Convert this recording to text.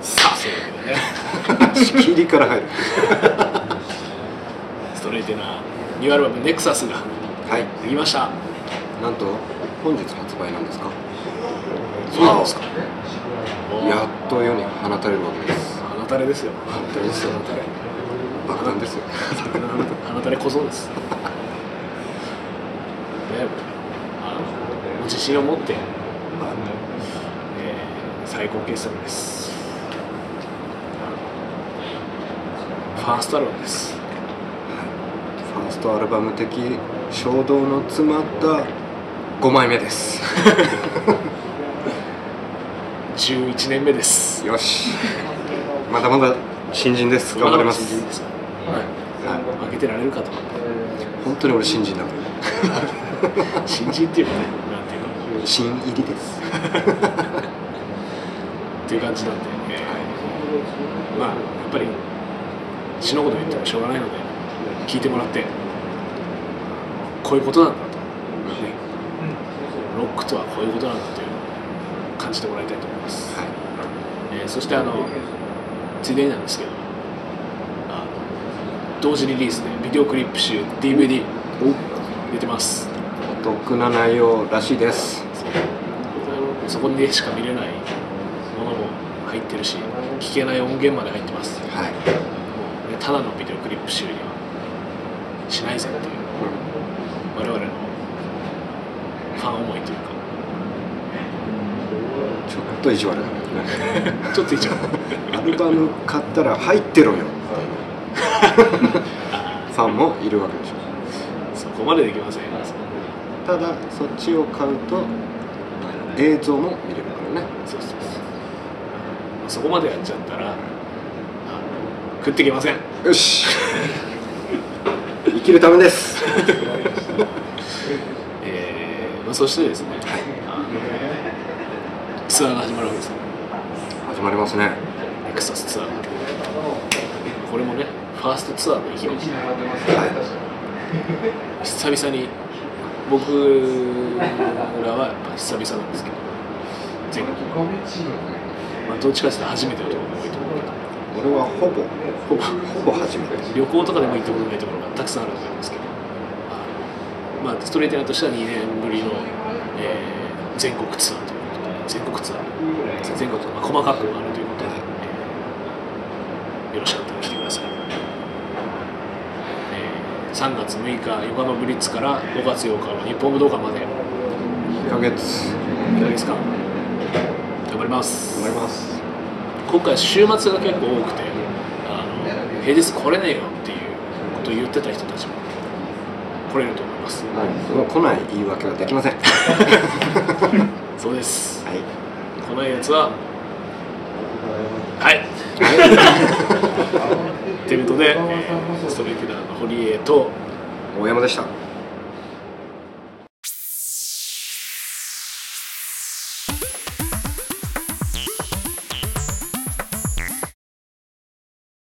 さあそういうわけでね仕切りから入るストレイテナーニューアルバムネクサスができました、 なんと本日発売なんですか。 そうなんですか。 やっと世に放たれるわけです。 放たれですよ。 放たれですよ。放たれ爆弾ですよ。 放たれ小僧ですね、自信を持って、最高傑作です。ファーストアルバムです。 ファーストアルバム的衝動の詰まった5枚目です 11年目です。 よしまだまだ新人です。頑張ります。 新人です。負けてられるかと。 本当に俺新人だから新人っていうかね、なんていうの、 新入りですっていう感じなんで、まあやっぱり死のこと言ってもしょうがないので聞いてもらって、こういうことなんだと、ね、ロックとはこういうことなんだという感じてもらいたいと思います、そしてついでになんですけど、同時リリースでビデオクリップ集 DVD 出てます。 お得な内容らしいです。 そこでしか見れないものも入ってるし、聴けない音源まで入ってます、もうね、ただのビデオクリップ集にはしないぜっていう、我々のファン思いというか、 ちょっと意地悪だけどねちょっと意地悪アルバム買ったら入ってろよファンもいるわけでしょ。 そこまでできません。 ただそっちを買うと映像も見れるからね。 そうそこまでやっちゃったら食っていけません。 よし生きるためですそしてですね、ツアーが始まるわけですね。 始まりますね。 ネクサスツアー、これもね、ファーストツアーの意気込み、久々に僕らはやっぱ久々なんですけど、全国、どっちかというと初めてのところが多いと思うけど、 俺はほぼ初めて。 旅行とかでも行ったことないところがたくさんあると思いますけど、ストレートナーとしては2年ぶりの、全国ツアーということで、全国ツアー、全国と細かくあるということで、よろしかったら来てください。3月6日横浜ブリッツから5月8日の日本武道館まで 2ヶ月か。頑張ります。 頑張ります。 今回週末が結構多くて、平日来れねえよっていうことを言ってた人たちも来れると思います。 来ない言い訳はできませんそうです、 はい、 来ないやつははいということで、ストレイキダーの堀江と大山でした。